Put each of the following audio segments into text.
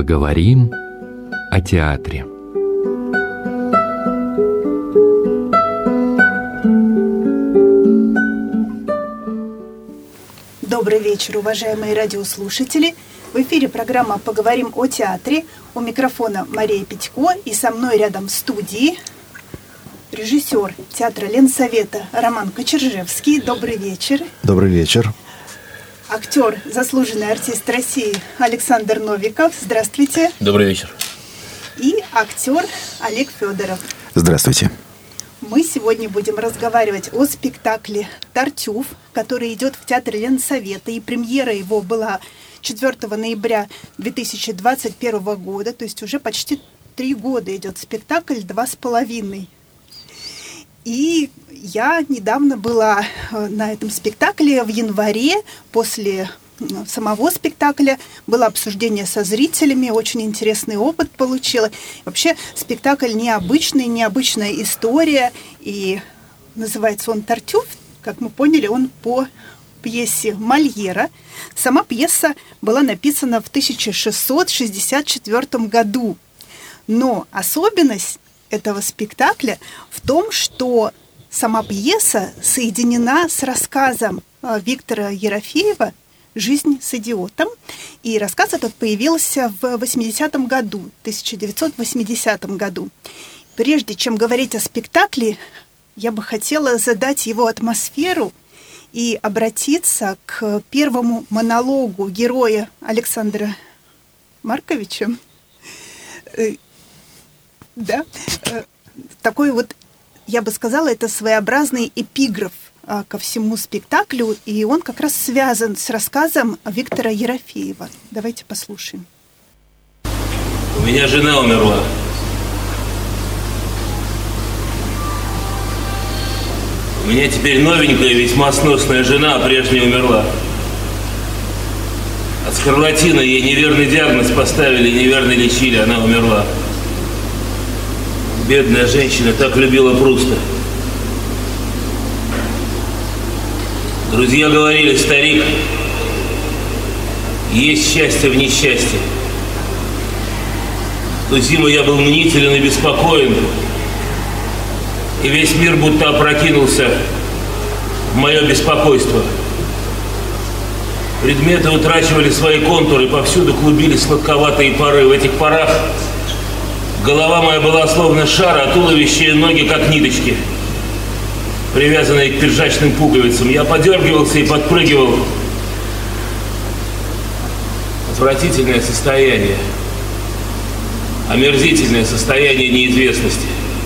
Поговорим о театре. Добрый вечер, уважаемые радиослушатели. В эфире программа «Поговорим о театре». У микрофона Мария Петько, и со мной рядом в студии режиссер театра Ленсовета Роман Кочержевский. Добрый вечер. Добрый вечер. Актер, заслуженный артист России Александр Новиков. Здравствуйте. Добрый вечер. И актер Олег Федоров. Здравствуйте. Мы сегодня будем разговаривать о спектакле «Тартюф», который идет в театре Ленсовета, и премьера его была 4 ноября 2021 года, то есть уже почти 3 года идет спектакль, 2,5. И я недавно была на этом спектакле в январе. После самого спектакля было обсуждение со зрителями, очень интересный опыт получила. Вообще спектакль необычный, необычная история, и называется он «Тартюф». Как мы поняли, он по пьесе Мольера. Сама пьеса была написана в 1664 году. Но особенность этого спектакля в том, что сама пьеса соединена с рассказом Виктора Ерофеева «Жизнь с идиотом». И рассказ этот появился в 80-м году, 1980 году. Прежде чем говорить о спектакле, я бы хотела задать его атмосферу и обратиться к первому монологу героя Александра Марковича. Да, такой вот, я бы сказала, это своеобразный эпиграф ко всему спектаклю, и он как раз связан с рассказом Виктора Ерофеева. Давайте послушаем. У меня жена умерла. У меня теперь новенькая, весьма сносная жена, а прежняя умерла. От скарлатины ей неверный диагноз поставили, неверно лечили, она умерла. Бедная женщина так любила Пруста. Друзья говорили: старик, есть счастье в несчастье. В ту зиму я был мнителен и беспокоен, и весь мир будто опрокинулся в мое беспокойство. Предметы утрачивали свои контуры, повсюду клубились сладковатые пары. В этих парах голова моя была словно шар, а туловище и ноги как ниточки, привязанные к пиджачным пуговицам. Я подергивался и подпрыгивал. Отвратительное состояние, омерзительное состояние неизвестности.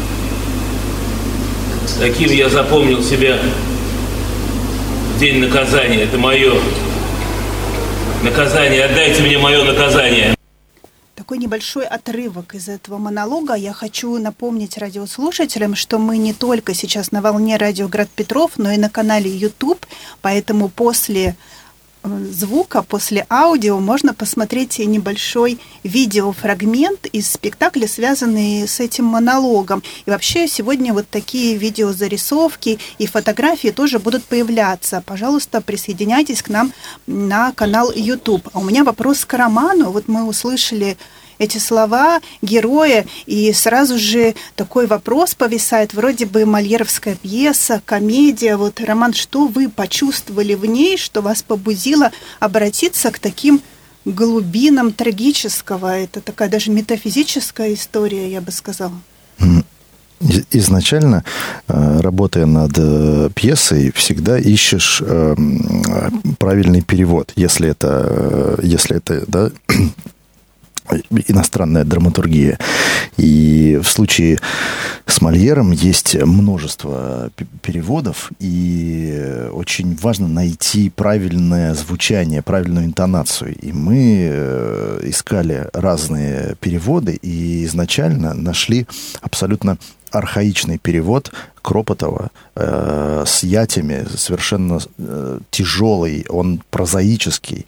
Таким я запомнил себя в день наказания. Это мое наказание. Отдайте мне мое наказание. Такой небольшой отрывок из этого монолога. Я хочу напомнить радиослушателям, что мы не только сейчас на волне радио Град Петров, но и на канале YouTube, поэтому после звука, после аудио можно посмотреть и небольшой видеофрагмент из спектакля, связанный с этим монологом. И вообще сегодня вот такие видеозарисовки и фотографии тоже будут появляться. Пожалуйста, присоединяйтесь к нам на канал YouTube. А у меня вопрос к Роману. Вот мы услышали эти слова героя, и сразу же такой вопрос повисает, вроде бы мольеровская пьеса, комедия. Вот, Роман, что вы почувствовали в ней, что вас побудило обратиться к таким глубинам трагического? Это такая даже метафизическая история, я бы сказала. Изначально, работая над пьесой, всегда ищешь правильный перевод, если это да, иностранная драматургия. И в случае с Мольером есть множество переводов, и очень важно найти правильное звучание, правильную интонацию. И мы искали разные переводы, и изначально нашли абсолютно архаичный перевод Кропотова с ятями, совершенно тяжелый, он прозаический,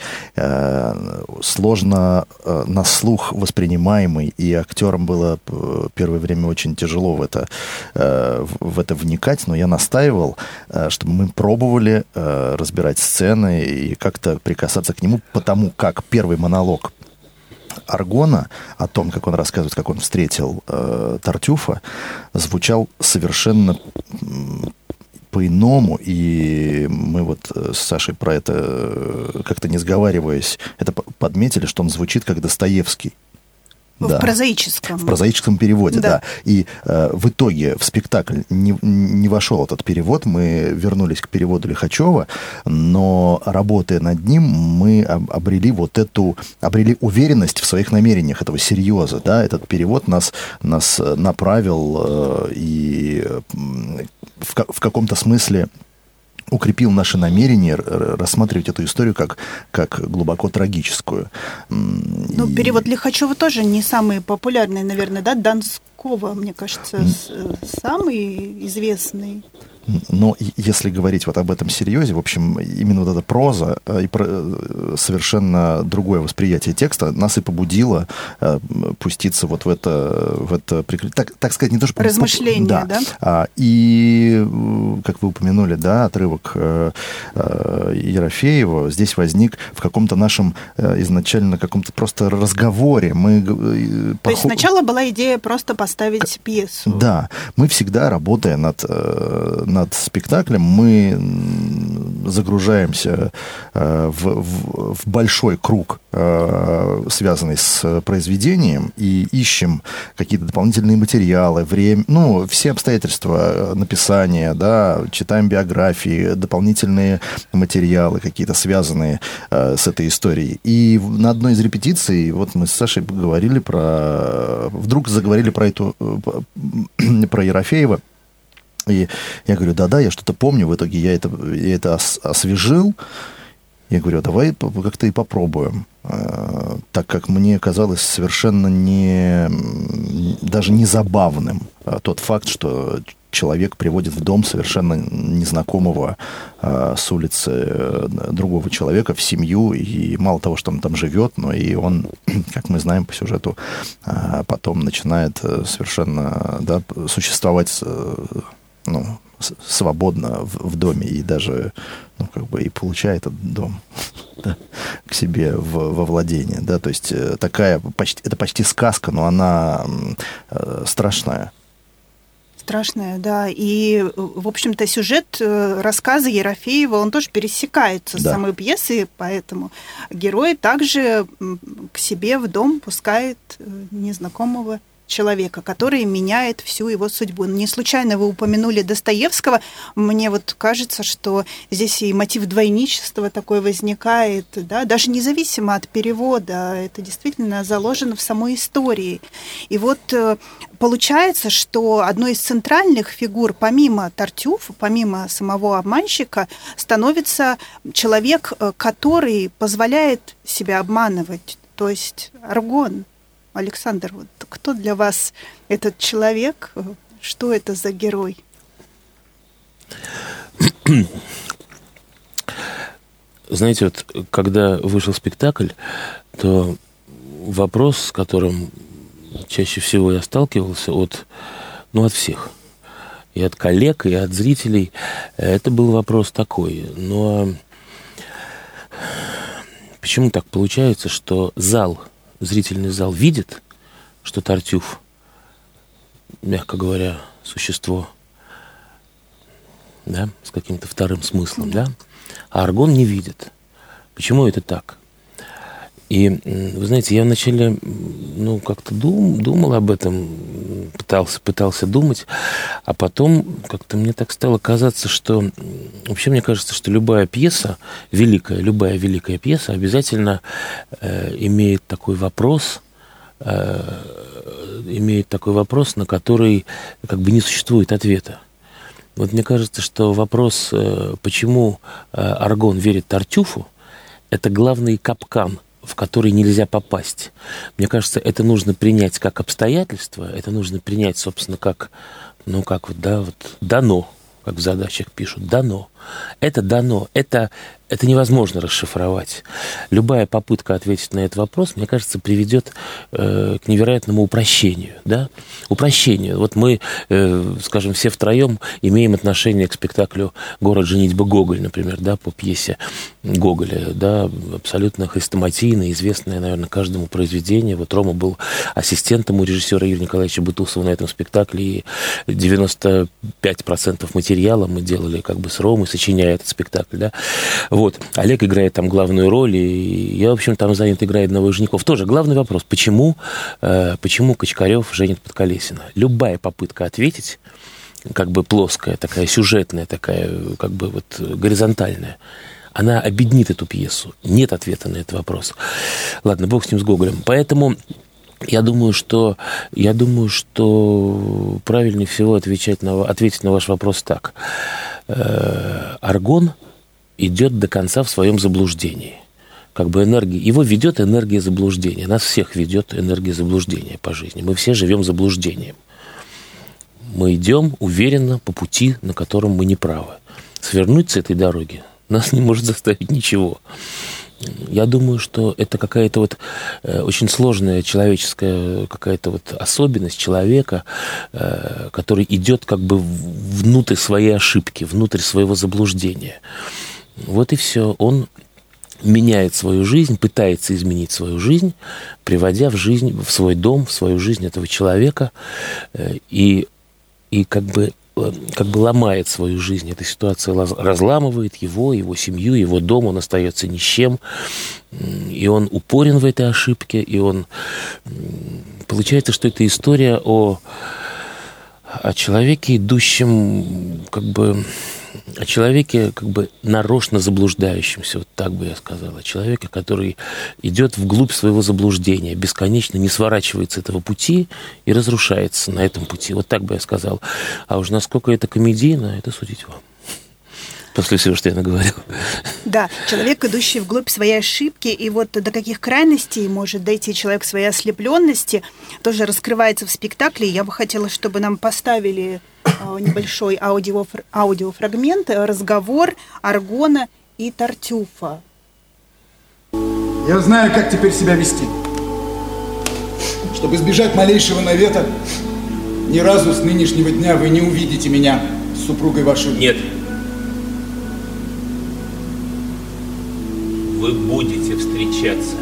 сложно на слух воспринимаемый, и актерам было первое время очень тяжело в это вникать, но я настаивал, чтобы мы пробовали разбирать сцены и как-то прикасаться к нему, потому как первый монолог Аргона, о том, как он рассказывает, как он встретил Тартюфа, звучал совершенно по-иному, и мы вот с Сашей про это, как-то не сговариваясь, это подметили, что он звучит как Достоевский. В прозаическом. В прозаическом переводе, да. И в итоге в спектакль не вошел этот перевод, мы вернулись к переводу Лихачева, но работая над ним, мы обрели уверенность в своих намерениях, этого серьеза, да. Этот перевод нас направил и в каком-то смысле укрепил наше намерение рассматривать эту историю как глубоко трагическую. Ну, перевод Лихачева тоже не самый популярный, наверное, да? Донского, мне кажется, самый известный. Но если говорить вот об этом серьезе, в общем, именно вот эта проза и совершенно другое восприятие текста нас и побудило пуститься вот в это так сказать, не то, что... Размышления, да? И, как вы упомянули, да, отрывок Ерофеева здесь возник в каком-то нашем изначально каком-то просто разговоре. То есть сначала была идея просто поставить пьесу. Да, мы всегда, работая над спектаклем, мы загружаемся в большой круг, связанный с произведением, и ищем какие-то дополнительные материалы, время, все обстоятельства написания, да, читаем биографии, дополнительные материалы какие-то, связанные с этой историей. И на одной из репетиций, вот мы с Сашей вдруг заговорили про Ерофеева. И я говорю, да, я что-то помню, в итоге я это освежил. Я говорю, давай как-то и попробуем. Так как мне казалось совершенно даже не забавным тот факт, что человек приводит в дом совершенно незнакомого с улицы другого человека в семью, и мало того, что он там живет, но и он, как мы знаем по сюжету, потом начинает совершенно существовать свободно в доме, и даже и получает этот дом к себе во владение. Да? То есть это почти сказка, но она страшная. Страшная, да. И, в общем-то, сюжет рассказа Ерофеева, он тоже пересекается с самой пьесой, поэтому герой также к себе в дом пускает незнакомого человека, который меняет всю его судьбу. Не случайно вы упомянули Достоевского. Мне вот кажется, что здесь и мотив двойничества такой возникает, да, даже независимо от перевода. Это действительно заложено в самой истории. И вот получается, что одной из центральных фигур, помимо Тартюфа, помимо самого обманщика, становится человек, который позволяет себя обманывать, то есть Аргон. Александр, вот кто для вас этот человек? Что это за герой? Знаете, вот когда вышел спектакль, то вопрос, с которым чаще всего я сталкивался от всех, и от коллег, и от зрителей, это был вопрос такой. Но почему так получается, что зрительный зал видит, что Тартюф, мягко говоря, существо, да, с каким-то вторым смыслом, да, а Аргон не видит. Почему это так? И, вы знаете, я вначале, как-то думал об этом, пытался думать, а потом как-то мне так стало казаться, что... Вообще, мне кажется, что любая великая пьеса обязательно имеет такой вопрос, на который как бы не существует ответа. Вот мне кажется, что вопрос, почему Аргон верит Тартюфу, это главный капкан, в который нельзя попасть. Мне кажется, это нужно принять как обстоятельство, это нужно принять, собственно, как дано, как в задачах пишут, дано. Это дано. Это невозможно расшифровать. Любая попытка ответить на этот вопрос, мне кажется, приведет к невероятному упрощению. Да? Упрощению. Вот мы, скажем, все втроем имеем отношение к спектаклю «Город, женитьба, Гоголь», например, да, по пьесе Гоголя. Да, абсолютно хрестоматийное, известное, наверное, каждому произведение. Вот Рома был ассистентом у режиссера Юрия Николаевича Бутусова на этом спектакле, и 95% материала мы делали как бы с Ромой, сочиняя этот спектакль. Да? Вот. Олег играет там главную роль, и я, в общем, там занят игрой одного из женихов. Тоже главный вопрос, почему Качкарев женит Подколесина? Любая попытка ответить, как бы плоская, такая сюжетная, такая как бы вот горизонтальная, она обеднит эту пьесу. Нет ответа на этот вопрос. Ладно, бог с ним, с Гоголем. Поэтому я думаю, что правильнее всего ответить на ваш вопрос так. Аргон идет до конца в своем заблуждении. Как бы энергия, его ведет энергия заблуждения. Нас всех ведет энергия заблуждения по жизни. Мы все живем заблуждением. Мы идем уверенно по пути, на котором мы не правы. Свернуть с этой дороги нас не может заставить ничего. Я думаю, что это какая-то вот очень сложная человеческая какая-то вот особенность человека, который идет как бы внутрь своей ошибки, внутрь своего заблуждения. Вот и все. Он меняет свою жизнь, пытается изменить свою жизнь, приводя в жизнь, в свой дом, в свою жизнь этого человека, и как бы ломает свою жизнь. Эта ситуация разламывает его семью, его дом, он остается ни с чем, и он упорен в этой ошибке, и он... Получается, что это история о человеке, идущем о человеке нарочно заблуждающемся, вот так бы я сказал, о человеке, который идет вглубь своего заблуждения, бесконечно не сворачивает с этого пути и разрушается на этом пути. Вот так бы я сказал. А уж насколько это комедийно, это судить вам. После всего, что я наговорил. Да, человек, идущий вглубь своей ошибки, и вот до каких крайностей может дойти человек в своей ослепленности, тоже раскрывается в спектакле. Я бы хотела, чтобы нам поставили небольшой аудиофрагмент, разговор Аргона и Тартюфа. Я знаю, как теперь себя вести. Чтобы избежать малейшего навета, ни разу с нынешнего дня вы не увидите меня с супругой вашей. Нет. Вы будете встречаться.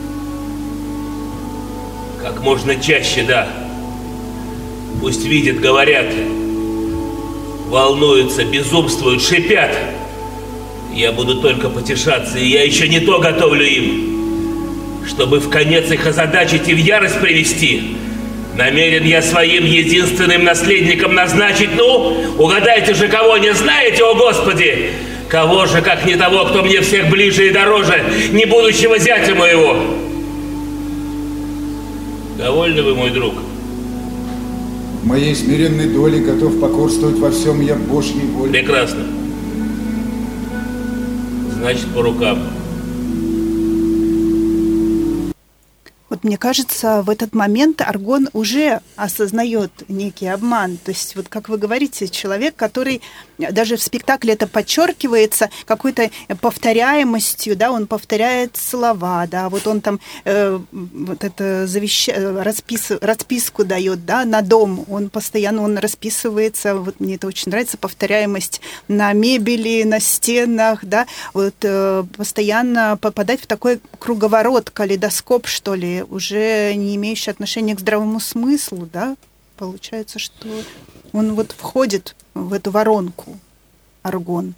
Как можно чаще, да. Пусть видят, говорят, волнуются, безумствуют, шипят. Я буду только потешаться, и я еще не то готовлю им. Чтобы в конец их озадачить и в ярость привести, намерен я своим единственным наследником назначить, угадайте же, кого не знаете, о Господи! Кого же, как не того, кто мне всех ближе и дороже, не будущего зятя моего? Довольны вы, мой друг? В моей смиренной доле готов покорствовать во всем я Божьей воле. Прекрасно. Значит, по рукам. Вот мне кажется, в этот момент Аргон уже осознает некий обман. То есть, вот как вы говорите, человек, который даже в спектакле это подчеркивается какой-то повторяемостью, да, он повторяет слова, да, вот он там вот это расписку дает, да, на дом, он постоянно расписывается, вот мне это очень нравится, повторяемость на мебели, на стенах, да, вот постоянно попадать в такой круговорот, калейдоскоп, что ли, уже не имеющий отношения к здравому смыслу, да, получается, что он вот входит в эту воронку, Аргон.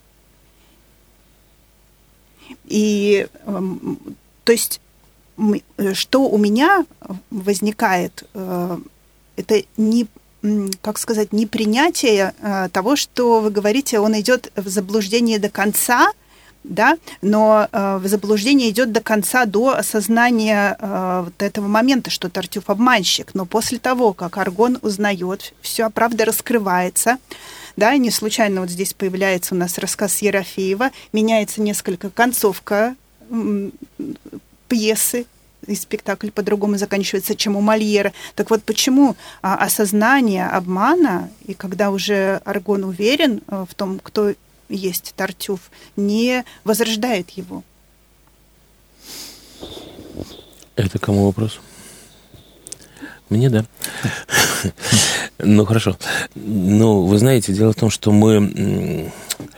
И, то есть, что у меня возникает, это не, как сказать, не принятие того, что вы говорите, он идет в заблуждение до конца, да, но заблуждение идет до конца, до осознания вот этого момента, что Тартюф обманщик. Но после того, как Аргон узнает, все, правда раскрывается, да, не случайно вот здесь появляется у нас рассказ Ерофеева, меняется несколько концовка пьесы, и спектакль по-другому заканчивается, чем у Мольера. Так вот, почему осознание обмана, и когда уже Аргон уверен в том, кто есть Тартюф, не возрождает его? Это кому вопрос? Мне, да. Ну, хорошо. Ну, вы знаете, дело в том, что мы,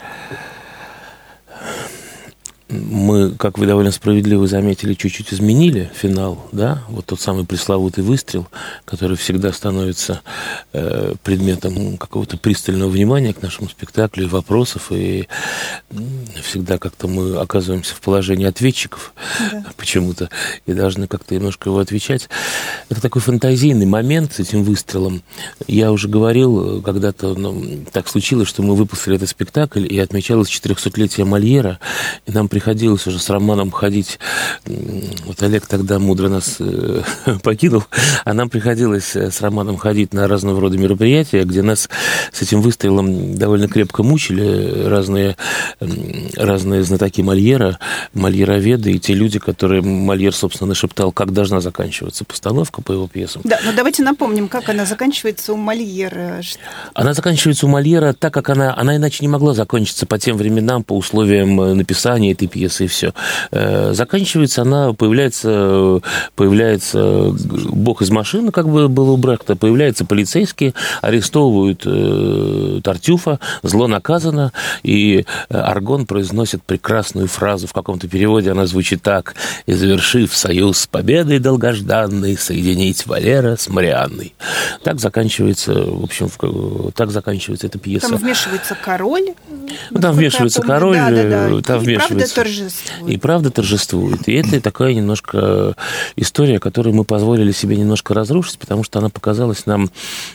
как вы довольно справедливо заметили, чуть-чуть изменили финал, да, вот тот самый пресловутый выстрел, который всегда становится предметом какого-то пристального внимания к нашему спектаклю и вопросов, и всегда как-то мы оказываемся в положении ответчиков почему-то, и должны как-то немножко его отвечать. Это такой фантазийный момент с этим выстрелом. Я уже говорил когда-то, так случилось, что мы выпустили этот спектакль, и отмечалось 400-летие Мольера, и нам приходилось уже с Романом ходить, вот Олег тогда мудро нас покинул, а нам приходилось с Романом ходить на разного рода мероприятия, где нас с этим выстрелом довольно крепко мучили разные знатоки Мольера, мольероведы и те люди, которые Мольер, собственно, нашептал, как должна заканчиваться постановка по его пьесам. Да, но давайте напомним, как она заканчивается у Мольера. Она заканчивается у Мольера так, как она иначе не могла закончиться по тем временам, по условиям написания этой пьесы, и все. Заканчивается она, появляется бог из машины, как бы было у Брехта, появляются полицейские, арестовывают Тартюфа, зло наказано, и Аргон произносит прекрасную фразу, в каком-то переводе она звучит так: «И завершив союз с победой долгожданной, соединить Валера с Марианной». Так заканчивается, в общем, так заканчивается эта пьеса. Там вмешивается король. Там вмешивается король, там вмешивается. И правда торжествует. И это такая немножко история, которую мы позволили себе немножко разрушить, потому что она показалась нам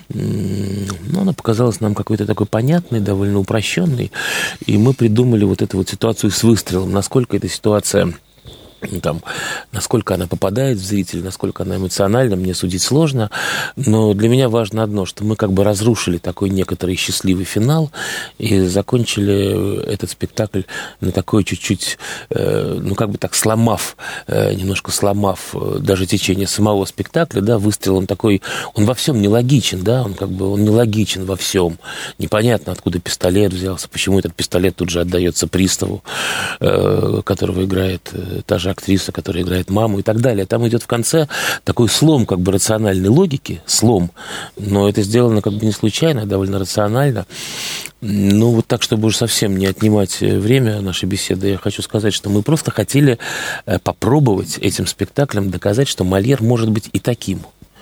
какой-то такой понятной, довольно упрощенной. И мы придумали вот эту вот ситуацию с выстрелом. Насколько эта ситуация... Там, насколько она попадает в зрителя, насколько она эмоциональна, мне судить сложно, но для меня важно одно, что мы как бы разрушили такой некоторый счастливый финал и закончили этот спектакль на такой чуть-чуть, немножко сломав даже течение самого спектакля, да, выстрел он такой, он во всем нелогичен, да, он нелогичен во всем, непонятно, откуда пистолет взялся, почему этот пистолет тут же отдается приставу, которого играет та же актриса, которая играет маму и так далее. Там идет в конце такой слом как бы рациональной логики, но это сделано как бы не случайно, а довольно рационально. Ну, вот так, чтобы уже совсем не отнимать время нашей беседы, я хочу сказать, что мы просто хотели попробовать этим спектаклем доказать, что Мольер может быть и таким.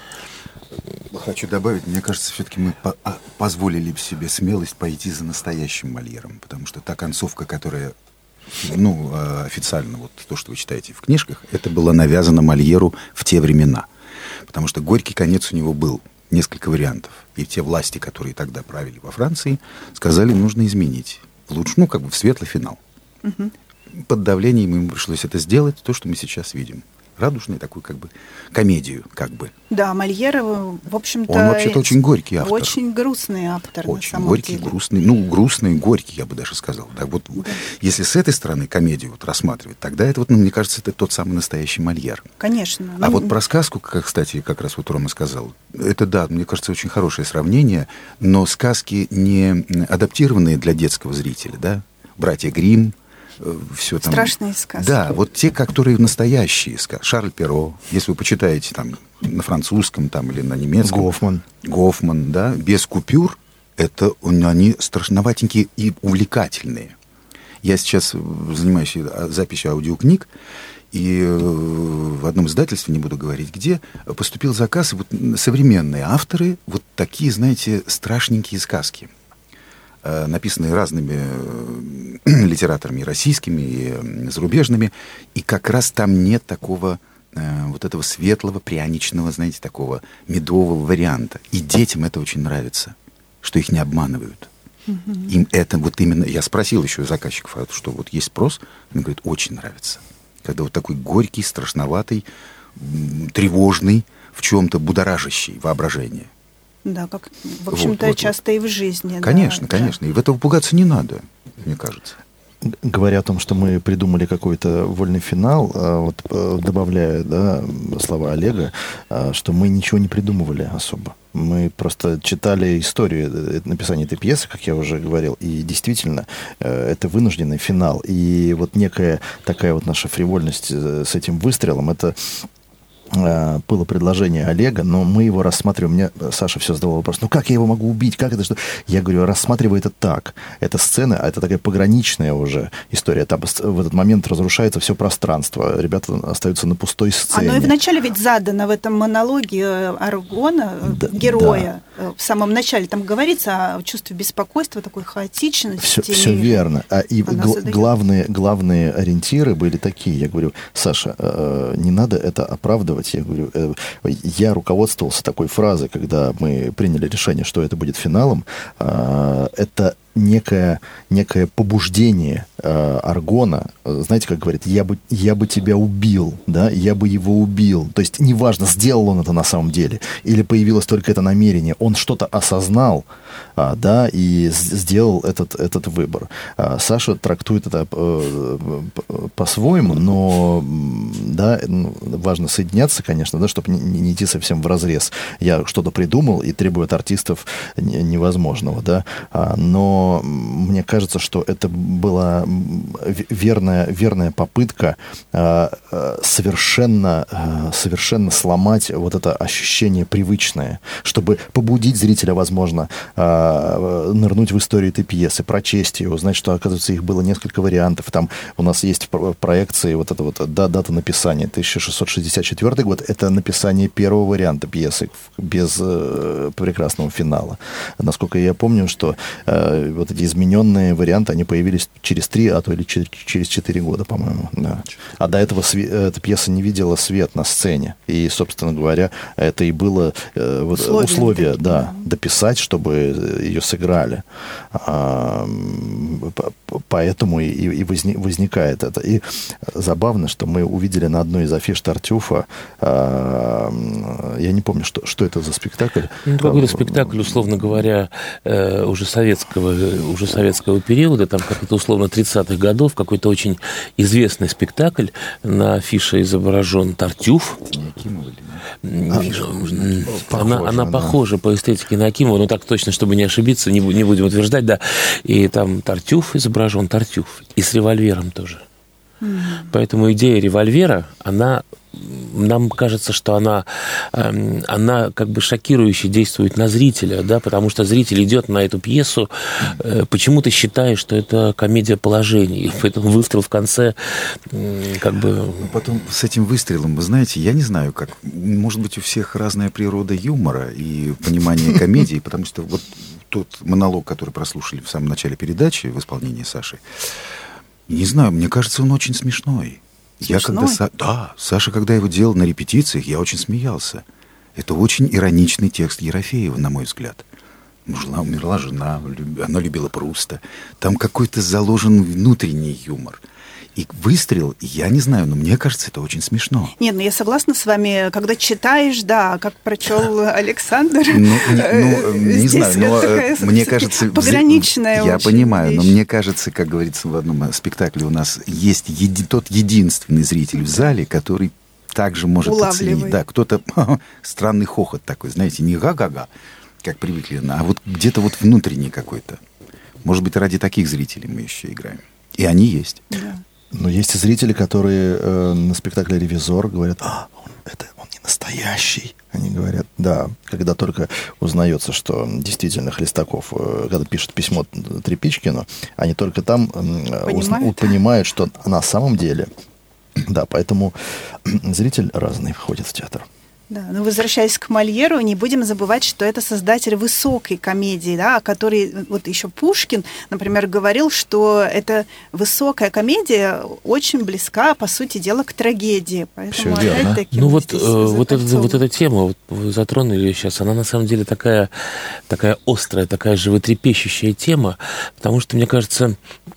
Хочу добавить, мне кажется, все-таки мы позволили себе смелость пойти за настоящим Мольером, потому что та концовка, которая официально, вот то, что вы читаете в книжках, это было навязано Мольеру в те времена. Потому что горький конец у него был. Несколько вариантов. И те власти, которые тогда правили во Франции, сказали, нужно изменить. В светлый финал. Угу. Под давлением ему пришлось это сделать, то, что мы сейчас видим. Радужную такую, комедию, Да, Мольер, в общем-то... Он вообще-то очень горький автор. Очень грустный автор, очень на самом горький, деле. Грустный, горький, я бы даже сказал. Да, если с этой стороны комедию рассматривать, тогда это, мне кажется, это тот самый настоящий Мольер. Конечно. А вот про сказку, кстати, как раз Рома сказал, это, да, мне кажется, очень хорошее сравнение, но сказки не адаптированные для детского зрителя, да? «Братья Гримм», все там... Страшные сказки. Да, вот те, которые настоящие сказки. Шарль Перро, если вы почитаете там на французском там, или на немецком. Гофман, да, без купюр, они страшноватенькие и увлекательные. Я сейчас занимаюсь записью аудиокниг, и в одном издательстве, не буду говорить где, поступил заказ, и современные авторы такие, знаете, страшненькие сказки, написанные разными литераторами, российскими и зарубежными, и как раз там нет такого этого светлого, пряничного, знаете, такого медового варианта. И детям это очень нравится, что их не обманывают. Им это именно... Я спросил еще заказчиков, что есть спрос, они говорят, очень нравится. Когда такой горький, страшноватый, тревожный, в чем-то будоражащий воображение. Да, как, в общем-то, часто и в жизни. Конечно, да. конечно. И в этого пугаться не надо, мне кажется. говоря о том, что мы придумали какой-то вольный финал, вот добавляя, да, слова Олега, что мы ничего не придумывали особо. Мы просто читали историю написания этой пьесы, как я уже говорил, и действительно это вынужденный финал. И вот некая такая вот наша фривольность с этим выстрелом, это было предложение Олега, но мы его рассматриваем. Мне Саша все задавал вопрос: ну как я его могу убить? Как это что? Я говорю, рассматривай это так. Это сцена, это такая пограничная уже история. Там в этот момент разрушается все пространство. Ребята остаются на пустой сцене. Оно и вначале ведь задано в этом монологе Аргона, героя. Да. В самом начале там говорится о чувстве беспокойства, такой хаотичности. Все верно. И главные ориентиры были такие. Я говорю, Саша, не надо это оправдывать. Я говорю, я руководствовался такой фразой, когда мы приняли решение, что это будет финалом. Это некое побуждение Аргона, знаете, как говорит, я бы тебя убил, да, я бы его убил. То есть неважно, сделал он это на самом деле, или появилось только это намерение, он что-то осознал, да, и сделал этот выбор. Саша трактует это по-своему, но, да, важно соединяться, конечно, да, чтобы не идти совсем вразрез. Я что-то придумал и требую от артистов невозможного, да, но мне кажется, что это была верная попытка совершенно сломать вот это ощущение привычное, чтобы побудить зрителя, возможно, нырнуть в историю этой пьесы, прочесть ее, узнать, что, оказывается, их было несколько вариантов. Там у нас есть в проекции вот эта вот дата написания, 1664 год, это написание первого варианта пьесы без прекрасного финала. Насколько я помню, что вот эти измененные варианты, они появились через 3, а то или через 4 года, по-моему. Да. А до этого эта пьеса не видела свет на сцене. И, собственно говоря, это и было условие, да, дописать, чтобы ее сыграли. Поэтому и возникает это. И забавно, что мы увидели на одной из афиш Тартюфа, я не помню, что это за спектакль. Ну, какой-то спектакль, условно говоря, уже советского периода, там как-то условно 30-х годов, какой-то очень известный спектакль. На афише изображен Тартюф. Она похожа по эстетике на Акимова, но так точно, чтобы не ошибиться, не будем утверждать, да. И там Тартюф изображен, Тартюф. И с револьвером тоже. Поэтому идея револьвера, нам кажется, что она как бы шокирующе действует на зрителя, да, потому что зритель идет на эту пьесу, почему-то считая, что это комедия положений. Поэтому выстрел в конце как бы... Потом с этим выстрелом, вы знаете, я не знаю, как... Может быть, у всех разная природа юмора и понимание комедии, потому что вот тот монолог, который прослушали в самом начале передачи в исполнении Саши, не знаю, мне кажется, он очень смешной. Саша, когда его делал на репетициях, я очень смеялся. Это очень ироничный текст Ерофеева, на мой взгляд. Умерла жена, она любила Пруста. Там какой-то заложен внутренний юмор. И выстрел, я не знаю, но мне кажется, это очень смешно. Нет, ну я согласна с вами, когда читаешь, да, как прочел Александр. Не знаю, но мне кажется... Пограничная я понимаю, но мне кажется, как говорится в одном спектакле, у нас есть тот единственный зритель в зале, который также может оценить. Да, кто-то странный хохот такой, знаете, не га-га-га, как привыкли, а вот где-то вот внутренний какой-то. Может быть, ради таких зрителей мы еще играем. И они есть. Да. Но есть и зрители, которые на спектакле «Ревизор» говорят: он не настоящий. Они говорят, да, когда только узнается, что действительно Хлестаков, когда пишет письмо Тряпичкину, они только там понимают, что на самом деле, да, поэтому зритель разный входит в театр. Да, но возвращаясь к Мольеру, не будем забывать, что это создатель высокой комедии, да, о которой вот еще Пушкин, например, говорил, что эта высокая комедия очень близка, по сути дела, к трагедии. Поэтому опять-таки... Ну вот эта тема, вот вы затронули ее сейчас, она на самом деле такая острая, такая животрепещущая тема, потому что, мне кажется,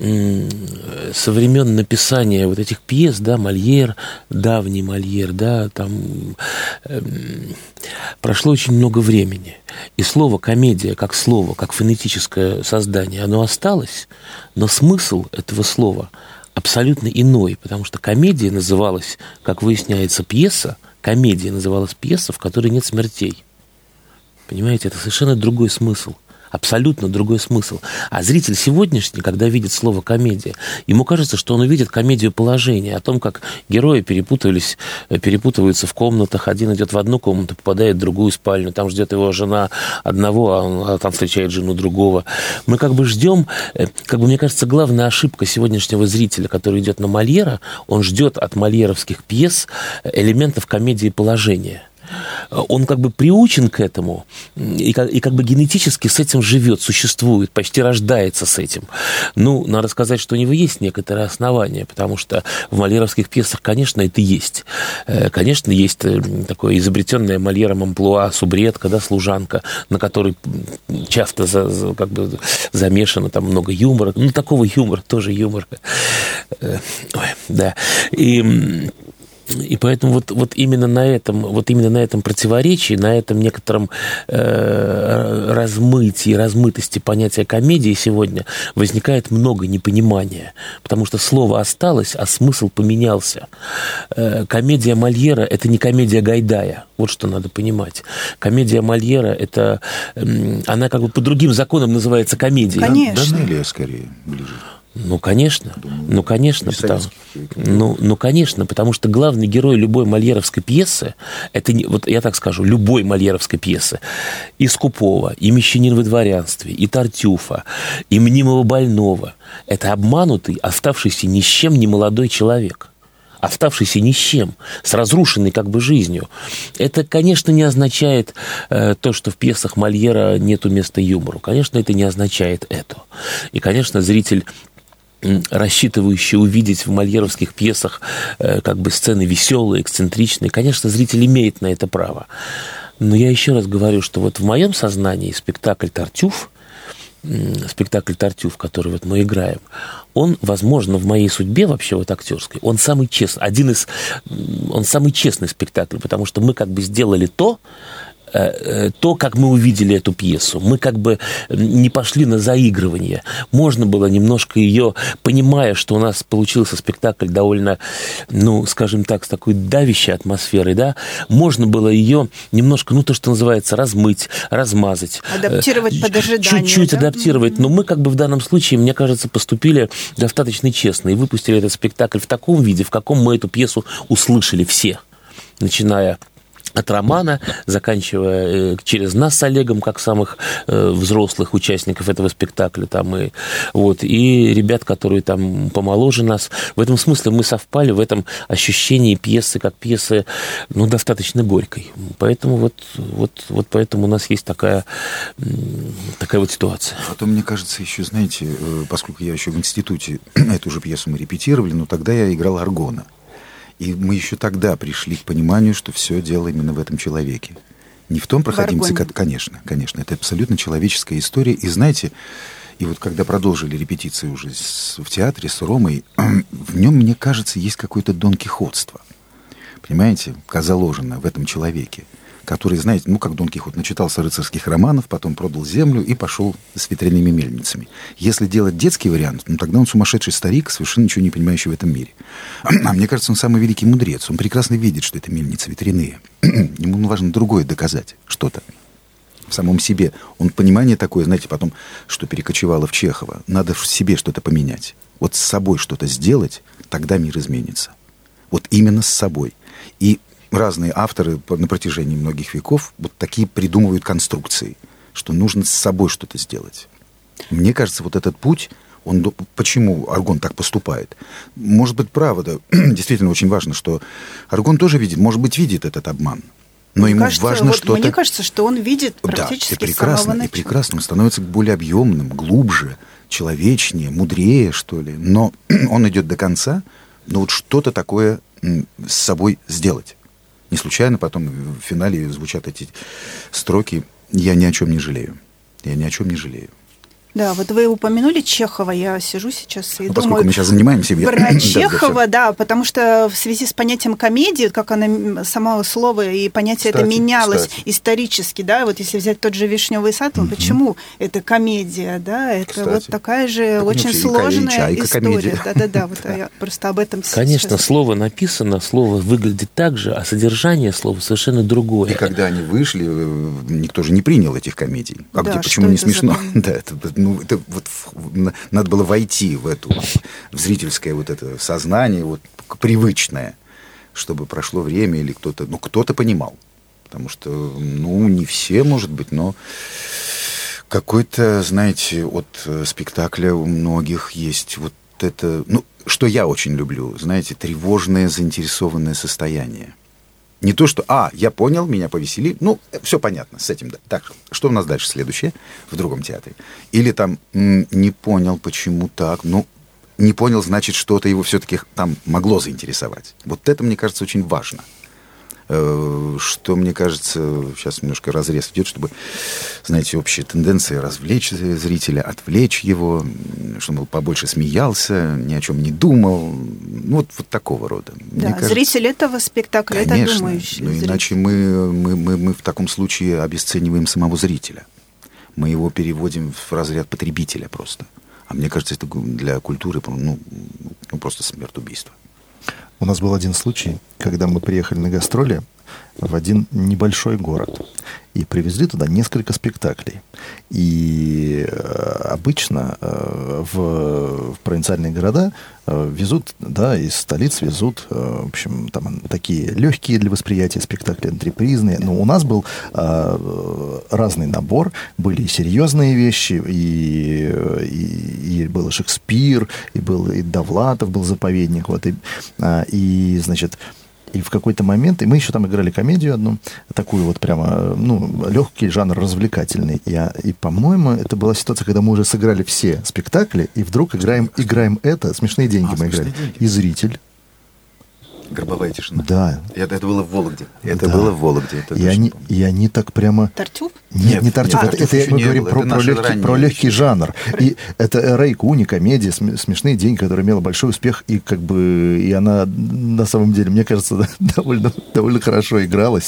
со времен написания вот этих пьес, да, Мольер, давний Мольер, да, там... прошло очень много времени. И слово «комедия» как слово, как фонетическое создание, оно осталось, но смысл этого слова абсолютно иной, потому что комедия называлась, как выясняется, пьеса, комедия называлась пьеса, в которой нет смертей. Понимаете, это совершенно другой смысл. Абсолютно другой смысл. А зритель сегодняшний, когда видит слово «комедия», ему кажется, что он увидит комедию положения, о том, как герои перепутываются в комнатах. Один идет в одну комнату, попадает в другую спальню, там ждет его жена одного, а там встречает жену другого. Мы как бы ждем, мне кажется, главная ошибка сегодняшнего зрителя, который идет на Мольера, он ждет от мольеровских пьес элементов комедии положения. Он как бы приучен к этому и как бы генетически с этим живет, существует, почти рождается с этим. Ну, надо сказать, что у него есть некоторые основания, потому что в мольеровских пьесах, конечно, это есть. Конечно, есть такое изобретенное Мольером амплуа субредка, да, служанка, на которой часто как бы замешано там много юмора. Ну, такого юмора, тоже юмор. Ой, да. И поэтому вот именно на этом противоречии, на этом некотором размытости понятия комедии сегодня возникает много непонимания, потому что слово осталось, а смысл поменялся. Комедия Мольера – это не комедия Гайдая, вот что надо понимать. Комедия Мольера – это, она как бы по другим законам называется комедией. Конечно. Данелия скорее ближе. Конечно, потому что главный герой любой мольеровской пьесы, это, вот я так скажу, любой мольеровской пьесы, и Скупова, и Мещанин во дворянстве, и Тартюфа, и Мнимого больного, это обманутый, оставшийся ни с чем немолодой человек. Оставшийся ни с чем, с разрушенной как бы жизнью. Это, конечно, не означает то, что в пьесах Мольера нету места юмору. Конечно, это не означает это. И, конечно, зритель, рассчитывающий увидеть в мольеровских пьесах как бы сцены веселые, эксцентричные, конечно, зритель имеет на это право. Но я еще раз говорю, что вот в моем сознании спектакль «Тартюф», который вот мы играем, он, возможно, в моей судьбе вообще вот актерской, он самый честный, он самый честный спектакль, потому что мы как бы сделали то, как мы увидели эту пьесу. Мы как бы не пошли на заигрывание. Можно было немножко ее, понимая, что у нас получился спектакль довольно, ну, скажем так, с такой давящей атмосферой, да, можно было ее немножко, ну, то, что называется, размыть, размазать. Адаптировать под ожидание. Чуть-чуть адаптировать. Но мы как бы в данном случае, мне кажется, поступили достаточно честно и выпустили этот спектакль в таком виде, в каком мы эту пьесу услышали все, начиная от романа, заканчивая через нас с Олегом, как самых взрослых участников этого спектакля, там, и ребят, которые там помоложе нас. В этом смысле мы совпали в этом ощущении пьесы, как пьесы, ну, достаточно горькой. Поэтому вот поэтому у нас есть такая вот ситуация. Потом, мне кажется, еще, знаете, поскольку я еще в институте эту же пьесу мы репетировали, но тогда я играл Аргона. И мы еще тогда пришли к пониманию, что все дело именно в этом человеке. Не в том проходимце, конечно, это абсолютно человеческая история. И знаете, и вот когда продолжили репетиции уже в театре с Ромой, в нем, мне кажется, есть какое-то донкихотство. Понимаете, заложено в этом человеке, который, знаете, ну, как Дон Кихот, начитался рыцарских романов, потом продал землю и пошел с ветряными мельницами. Если делать детский вариант, ну, тогда он сумасшедший старик, совершенно ничего не понимающий в этом мире. А мне кажется, он самый великий мудрец. Он прекрасно видит, что это мельницы ветряные. Ему важно другое доказать, что-то в самом себе. Он понимание такое, знаете, потом, что перекочевало в Чехова. Надо в себе что-то поменять. Вот с собой что-то сделать, тогда мир изменится. Вот именно с собой. И разные авторы на протяжении многих веков вот такие придумывают конструкции, что нужно с собой что-то сделать. Мне кажется, вот этот путь, почему Аргон так поступает? Может быть, правда, действительно очень важно, что Аргон тоже видит, может быть, видит этот обман. Но ему важно что-то... Мне кажется, что он видит практически с самого начала. И прекрасно, он становится более объемным, глубже, человечнее, мудрее, что ли. Но он идет до конца, но вот что-то такое с собой сделать. Не случайно потом в финале звучат эти строки «Я ни о чем не жалею». Я ни о чем не жалею. Да, вот вы упомянули Чехова, я сижу сейчас и думаю... Поскольку мы сейчас занимаемся... Про Чехова, да, потому что в связи с понятием комедии, как оно, само слово и понятие это менялось исторически, да, вот если взять тот же «Вишневый сад», почему это комедия, да, это вот такая же очень сложная история. Да-да-да, вот я просто об этом сейчас... Конечно, слово написано, слово выглядит так же, а содержание слова совершенно другое. И когда они вышли, никто же не принял этих комедий. А где, почему не смешно? Да, это вот надо было войти в зрительское вот это сознание, вот привычное, чтобы прошло время или кто-то понимал. Потому что, не все, может быть, но какой-то, знаете, от спектакля у многих есть вот это, что я очень люблю, знаете, тревожное, заинтересованное состояние. Не то, что, я понял, меня повесели, все понятно с этим. Да. Так, что у нас дальше следующее в другом театре? Или там не понял, почему так, не понял, значит, что-то его все-таки там могло заинтересовать. Вот это, мне кажется, очень важно. Что, мне кажется, сейчас немножко разрез идет, чтобы, знаете, общие тенденции развлечь зрителя, отвлечь его, чтобы он побольше смеялся, ни о чем не думал. Вот такого рода. Да, мне кажется, зритель этого спектакля, конечно, это думающий зритель. Иначе мы в таком случае обесцениваем самого зрителя. Мы его переводим в разряд потребителя просто. А мне кажется, это для культуры просто смерть-убийство. У нас был один случай, когда мы приехали на гастроли в один небольшой город и привезли туда несколько спектаклей. И обычно в провинциальные города везут, да, из столиц везут, в общем, там такие легкие для восприятия спектакли, антрепризные. Но у нас был разный набор, были и серьезные вещи, и был Шекспир, и Довлатов был «Заповедник», вот, и значит... И в какой-то момент, и мы еще там играли комедию одну, такую вот прямо, легкий жанр, развлекательный. И, по-моему, это была ситуация, когда мы уже сыграли все спектакли, и вдруг играем это, «Смешные деньги» мы играли. И зритель. «Гробовая тишина». Да. Это было в Вологде. Это было в Вологде. И они так прямо... Тартюф? Нет, не Тартюф. Это мы говорим про легкий жанр. И это Рэй Куни, комедия «Смешные деньги», которая имела большой успех, и и она на самом деле, мне кажется, довольно хорошо игралась.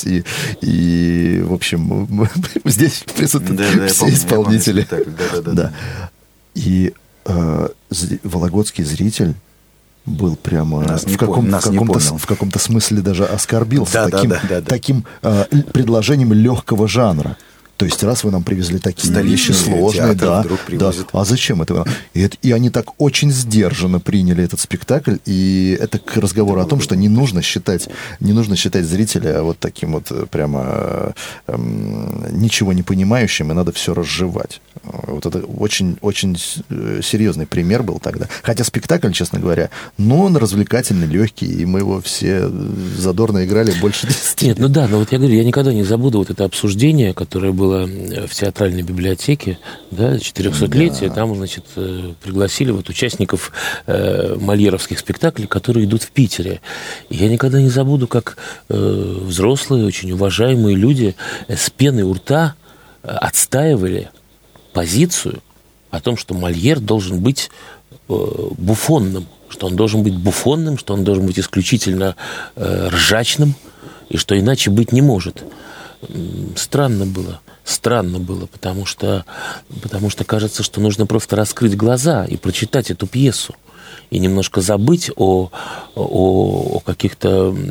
И в общем, здесь присутствуют все исполнители. Да. И вологодский зритель был прямо в каком-то смысле даже оскорбился таким предложением легкого жанра. То есть, раз вы нам привезли такие вещи сложные, да, а зачем это? И они так очень сдержанно приняли этот спектакль, и это к разговору о том, что не нужно считать зрителя вот таким вот прямо ничего не понимающим, и надо все разжевать. Вот это очень серьезный пример был тогда. Хотя спектакль, честно говоря, он развлекательный, легкий, и мы его все задорно играли больше 10 лет. Нет, но вот я говорю, я никогда не забуду вот это обсуждение, которое было в театральной библиотеке, да, 400-летия, там, значит, пригласили вот участников мольеровских спектаклей, которые идут в Питере. И я никогда не забуду, как взрослые, очень уважаемые люди с пеной у рта отстаивали позицию о том, что Мольер должен быть буфонным, что он должен быть буфонным, что он должен быть исключительно ржачным, и что иначе быть не может. Странно было, потому что кажется, что нужно просто раскрыть глаза и прочитать эту пьесу, и немножко забыть о каких-то...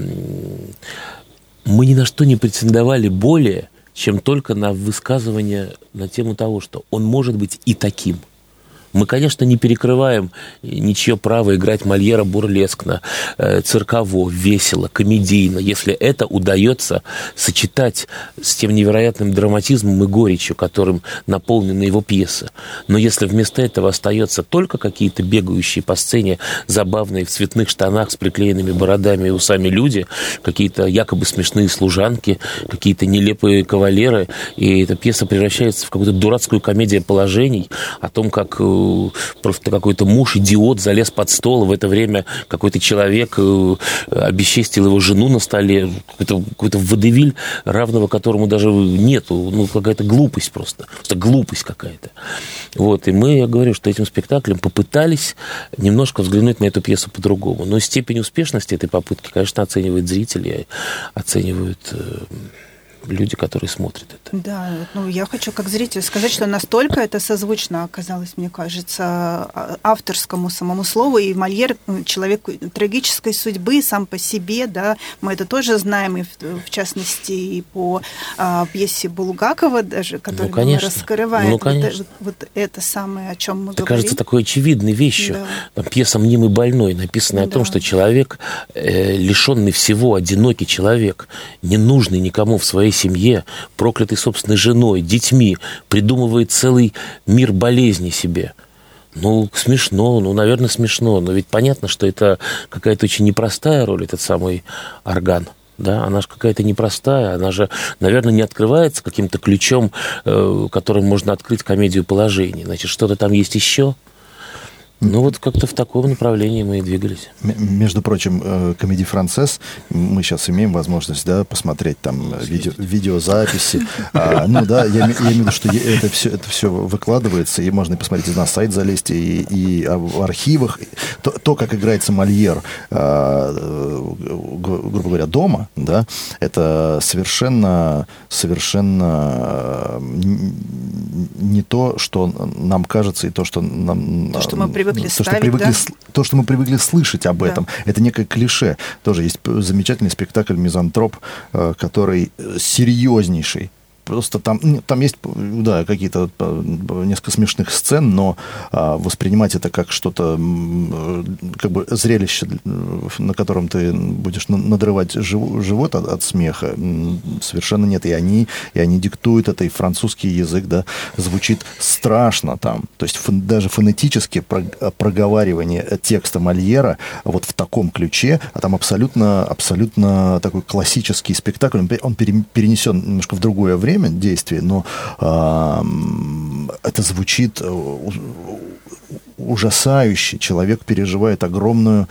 Мы ни на что не претендовали более, чем только на высказывание на тему того, что он может быть и таким. Мы, конечно, не перекрываем ничье право играть Мольера бурлескно, цирково, весело, комедийно, если это удается сочетать с тем невероятным драматизмом и горечью, которым наполнены его пьесы. Но если вместо этого остается только какие-то бегающие по сцене забавные в цветных штанах с приклеенными бородами и усами люди, какие-то якобы смешные служанки, какие-то нелепые кавалеры, и эта пьеса превращается в какую-то дурацкую комедию положений о том, как просто какой-то муж, идиот, залез под стол, в это время какой-то человек обесчестил его жену на столе, какой-то водевиль, равного которому даже нету, ну, какая-то глупость просто глупость какая-то. Вот, и мы, я говорю, что этим спектаклем попытались немножко взглянуть на эту пьесу по-другому, но степень успешности этой попытки, конечно, оценивают зрители, оценивают люди, которые смотрят это. Да, ну я хочу как зритель сказать, что настолько это созвучно оказалось, мне кажется, авторскому самому слову, и Мольер человек трагической судьбы сам по себе, да, мы это тоже знаем, и в частности и по пьесе Булгакова даже, которую мы раскрываем. Вот это самое, о чем мы говорим. Кажется, такой очевидной вещью. Да. Там пьеса «Мнимый больной» написана о том, что человек, лишенный всего, одинокий человек, ненужный никому в своей семье, проклятый собственной женой, детьми, придумывает целый мир болезней себе. Ну, смешно, наверное, смешно, но ведь понятно, что это какая-то очень непростая роль, этот самый орган. Да, она же какая-то непростая, она же, наверное, не открывается каким-то ключом, которым можно открыть комедию положений. Значит, что-то там есть еще. Ну, вот как-то в таком направлении мы и двигались. Между прочим, «Комедий Францесс», мы сейчас имеем возможность, да, посмотреть там видеозаписи. Ну, да, я имею в виду, что это все выкладывается, и можно посмотреть, и на сайт залезть, и в архивах. То, как играется Мольер, грубо говоря, дома, да, это совершенно не то, что нам кажется, и то, что нам... То, что мы привыкли то, что мы привыкли слышать об этом. Это некое клише. Тоже есть замечательный спектакль «Мизантроп», который серьезнейший. Просто там есть, да, какие-то несколько смешных сцен, но воспринимать это как что-то, как бы зрелище, на котором ты будешь надрывать живот от смеха, совершенно нет. И они диктуют это, и французский язык, да, звучит страшно там. То есть даже фонетически проговаривание текста Мольера вот в таком ключе, а там абсолютно такой классический спектакль, он перенесен немножко в другое время, действий, но это звучит ужасающе. Человек переживает огромную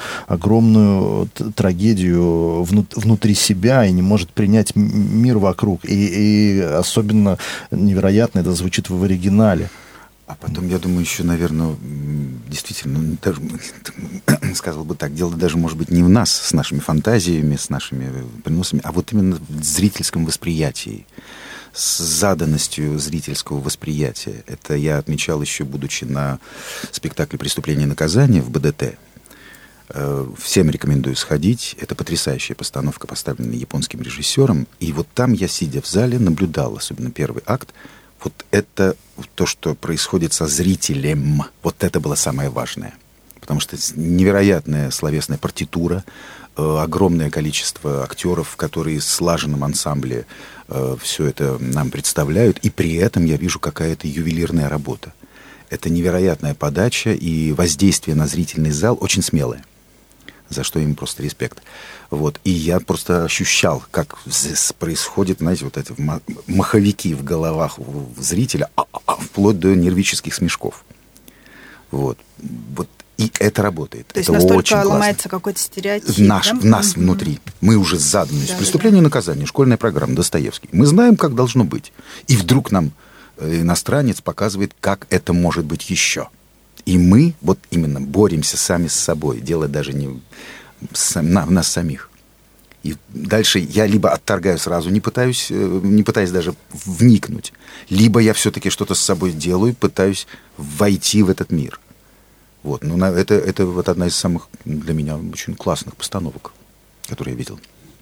трагедию внутри себя и не может принять мир вокруг. И особенно невероятно это звучит в оригинале. А потом, я думаю, еще, наверное, действительно, даже, сказал бы так, дело даже, может быть, не в нас, с нашими фантазиями, с нашими приносами, а вот именно в зрительском восприятии, с заданностью зрительского восприятия. Это я отмечал еще, будучи на спектакле «Преступление и наказание» в БДТ. Всем рекомендую сходить. Это потрясающая постановка, поставленная японским режиссером. И вот там я, сидя в зале, наблюдал, особенно первый акт, вот это то, что происходит со зрителем. Вот это было самое важное. Потому что невероятная словесная партитура, огромное количество актеров, которые в слаженном ансамбле все это нам представляют, и при этом я вижу какая-то ювелирная работа. Это невероятная подача, и воздействие на зрительный зал очень смелое, за что им просто респект. Вот. И я просто ощущал, как здесь происходит, знаете, вот эти маховики в головах у зрителя, вплоть до нервических смешков. Вот. И это работает. То есть это настолько очень ломается какой-то стереотип. В нас внутри. Мы уже заданы. Да, «Преступление и наказание», школьная программа, Достоевский. Мы знаем, как должно быть. И вдруг нам иностранец показывает, как это может быть еще. И мы вот именно боремся сами с собой. Дело даже не в нас самих. И дальше я либо отторгаю сразу, не пытаясь даже вникнуть, либо я все-таки что-то с собой делаю, пытаюсь войти в этот мир. Вот. Но это вот одна из самых для меня очень классных постановок, которые я видел.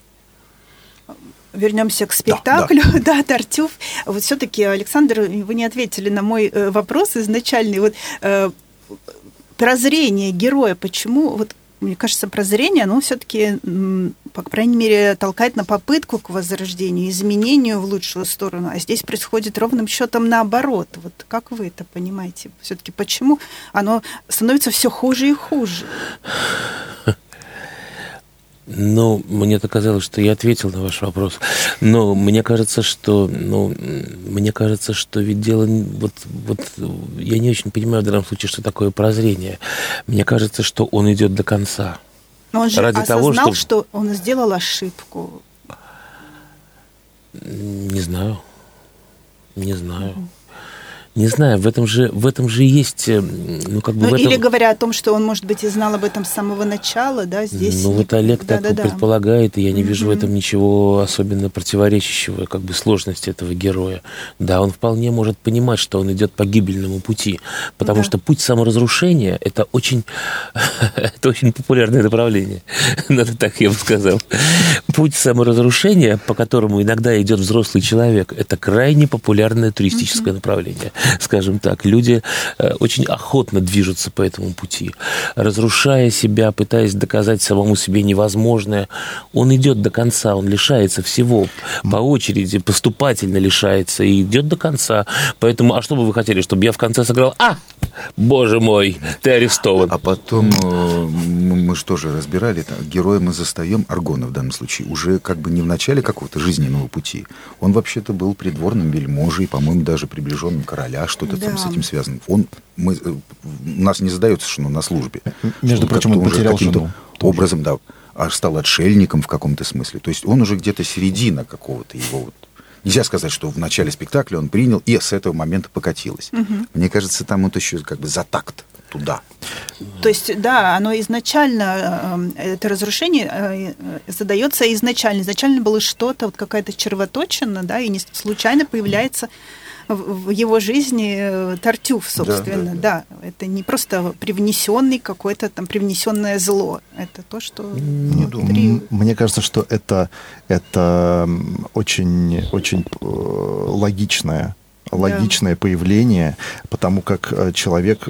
Вернемся к спектаклю. Да, Тартюф. Вот все-таки, Александр, вы не ответили на мой вопрос изначальный. Вот прозрение героя, почему... Вот, мне кажется, прозрение, оно все-таки, по крайней мере, толкает на попытку к возрождению, изменению в лучшую сторону. А здесь происходит ровным счетом наоборот. Вот как вы это понимаете? Все-таки почему оно становится все хуже и хуже? Ну, мне-то казалось, что я ответил на ваш вопрос. Но мне кажется, что ведь дело... Вот я не очень понимаю в данном случае, что такое прозрение. Мне кажется, что он идет до конца. Но он же осознал, что он сделал ошибку. Не знаю. Не знаю, в этом же есть, Или говоря о том, что он, может быть, и знал об этом с самого начала, да, здесь... Ну, вот Олег так предполагает, и я не вижу в этом ничего особенно противоречащего, как бы сложности этого героя. Да, он вполне может понимать, что он идет по гибельному пути, потому что путь саморазрушения – это очень популярное направление, надо так я бы сказал. Путь саморазрушения, по которому иногда идет взрослый человек, это крайне популярное туристическое направление. Скажем так, люди очень охотно движутся по этому пути, разрушая себя, пытаясь доказать самому себе невозможное. Он идет до конца, он лишается всего по очереди, поступательно лишается и идет до конца. Поэтому, а что бы вы хотели, чтобы я в конце сыграл? Боже мой, ты арестован. А потом мы что же разбирали, героя мы застаем, Аргона в данном случае, уже как бы не в начале какого-то жизненного пути. Он вообще-то был придворным вельможей, по-моему, даже приближенным короля, что-то там с этим связано. У нас не задается, что он на службе. Между прочим, он потерял жену. Образом, да, аж стал отшельником в каком-то смысле. То есть он уже где-то середина какого-то его... Нельзя сказать, что в начале спектакля он принял, и с этого момента покатилось. Мне кажется, там вот еще как бы за такт туда. То есть, да, оно изначально, это разрушение задается изначально. Изначально было что-то, вот какая-то червоточина, да, и не случайно появляется в его жизни Тартюф, собственно, да. Это не просто привнесенный какое-то там привнесенное зло. Это то, что внутри... Мне кажется, что это очень логичное появление, потому как человек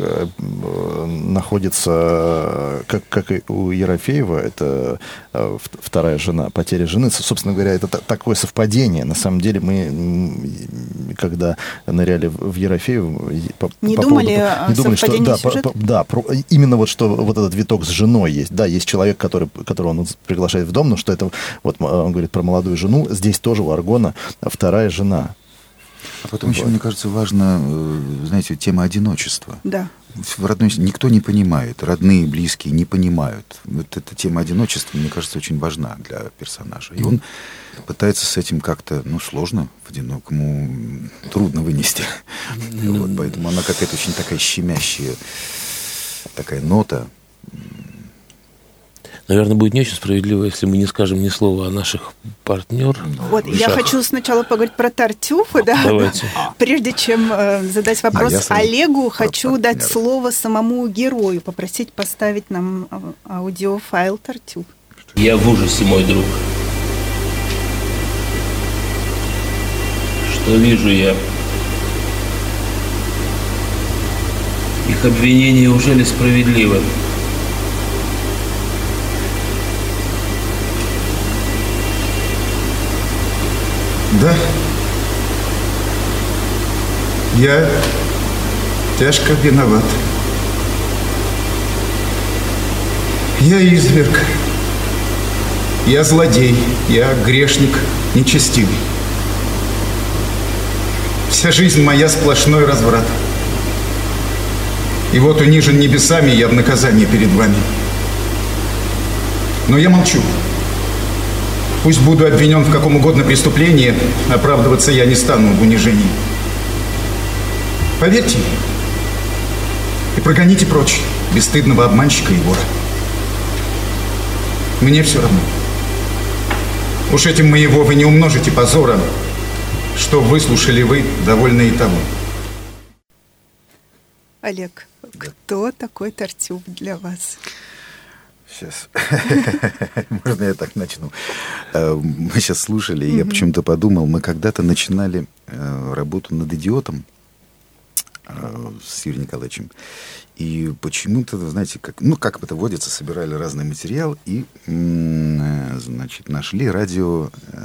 находится, как и у Ерофеева, это вторая жена, потеря жены. Собственно говоря, это такое совпадение. На самом деле мы, когда ныряли в Ерофеева, не думали о совпадении сюжета? Да, именно вот что вот этот виток с женой есть. Да, есть человек, которого он приглашает в дом, но что это, вот он говорит про молодую жену, здесь тоже у Аргона вторая жена. А потом еще, мне кажется, важно, знаете, тема одиночества. Да. В родной никто не понимает, родные, близкие не понимают. Вот эта тема одиночества, мне кажется, очень важна для персонажа. И он пытается с этим как-то, сложно, одинокому, трудно вынести. Вот, поэтому она какая-то очень такая щемящая, такая нота. Наверное, будет не очень справедливо, если мы не скажем ни слова о наших партнерах. Вот, я хочу сначала поговорить про Тартюфа, да. Давайте. Прежде чем задать вопрос Олегу, хочу дать слово самому герою, попросить поставить нам аудиофайл Тартюф. Я в ужасе, мой друг. Что вижу я? Их обвинение уже ли справедливо? Да, я тяжко виноват. Я изверг, я злодей, я грешник нечестивый. Вся жизнь моя сплошной разврат. И вот унижен небесами я в наказании перед вами. Но я молчу. Пусть буду обвинен в каком угодно преступлении, оправдываться я не стану в унижении. Поверьте мне и прогоните прочь бесстыдного обманщика и вора. Мне все равно. Уж этим моего вы не умножите позора, что выслушали вы, довольны и того. Олег, кто такой Тартюф для вас? Сейчас. Можно я так начну? Мы сейчас слушали, и я почему-то подумал, мы когда-то начинали работу над «Идиотом» с Юрием Николаевичем. И почему-то, знаете, как это водится, собирали разный материал и, значит, нашли радио,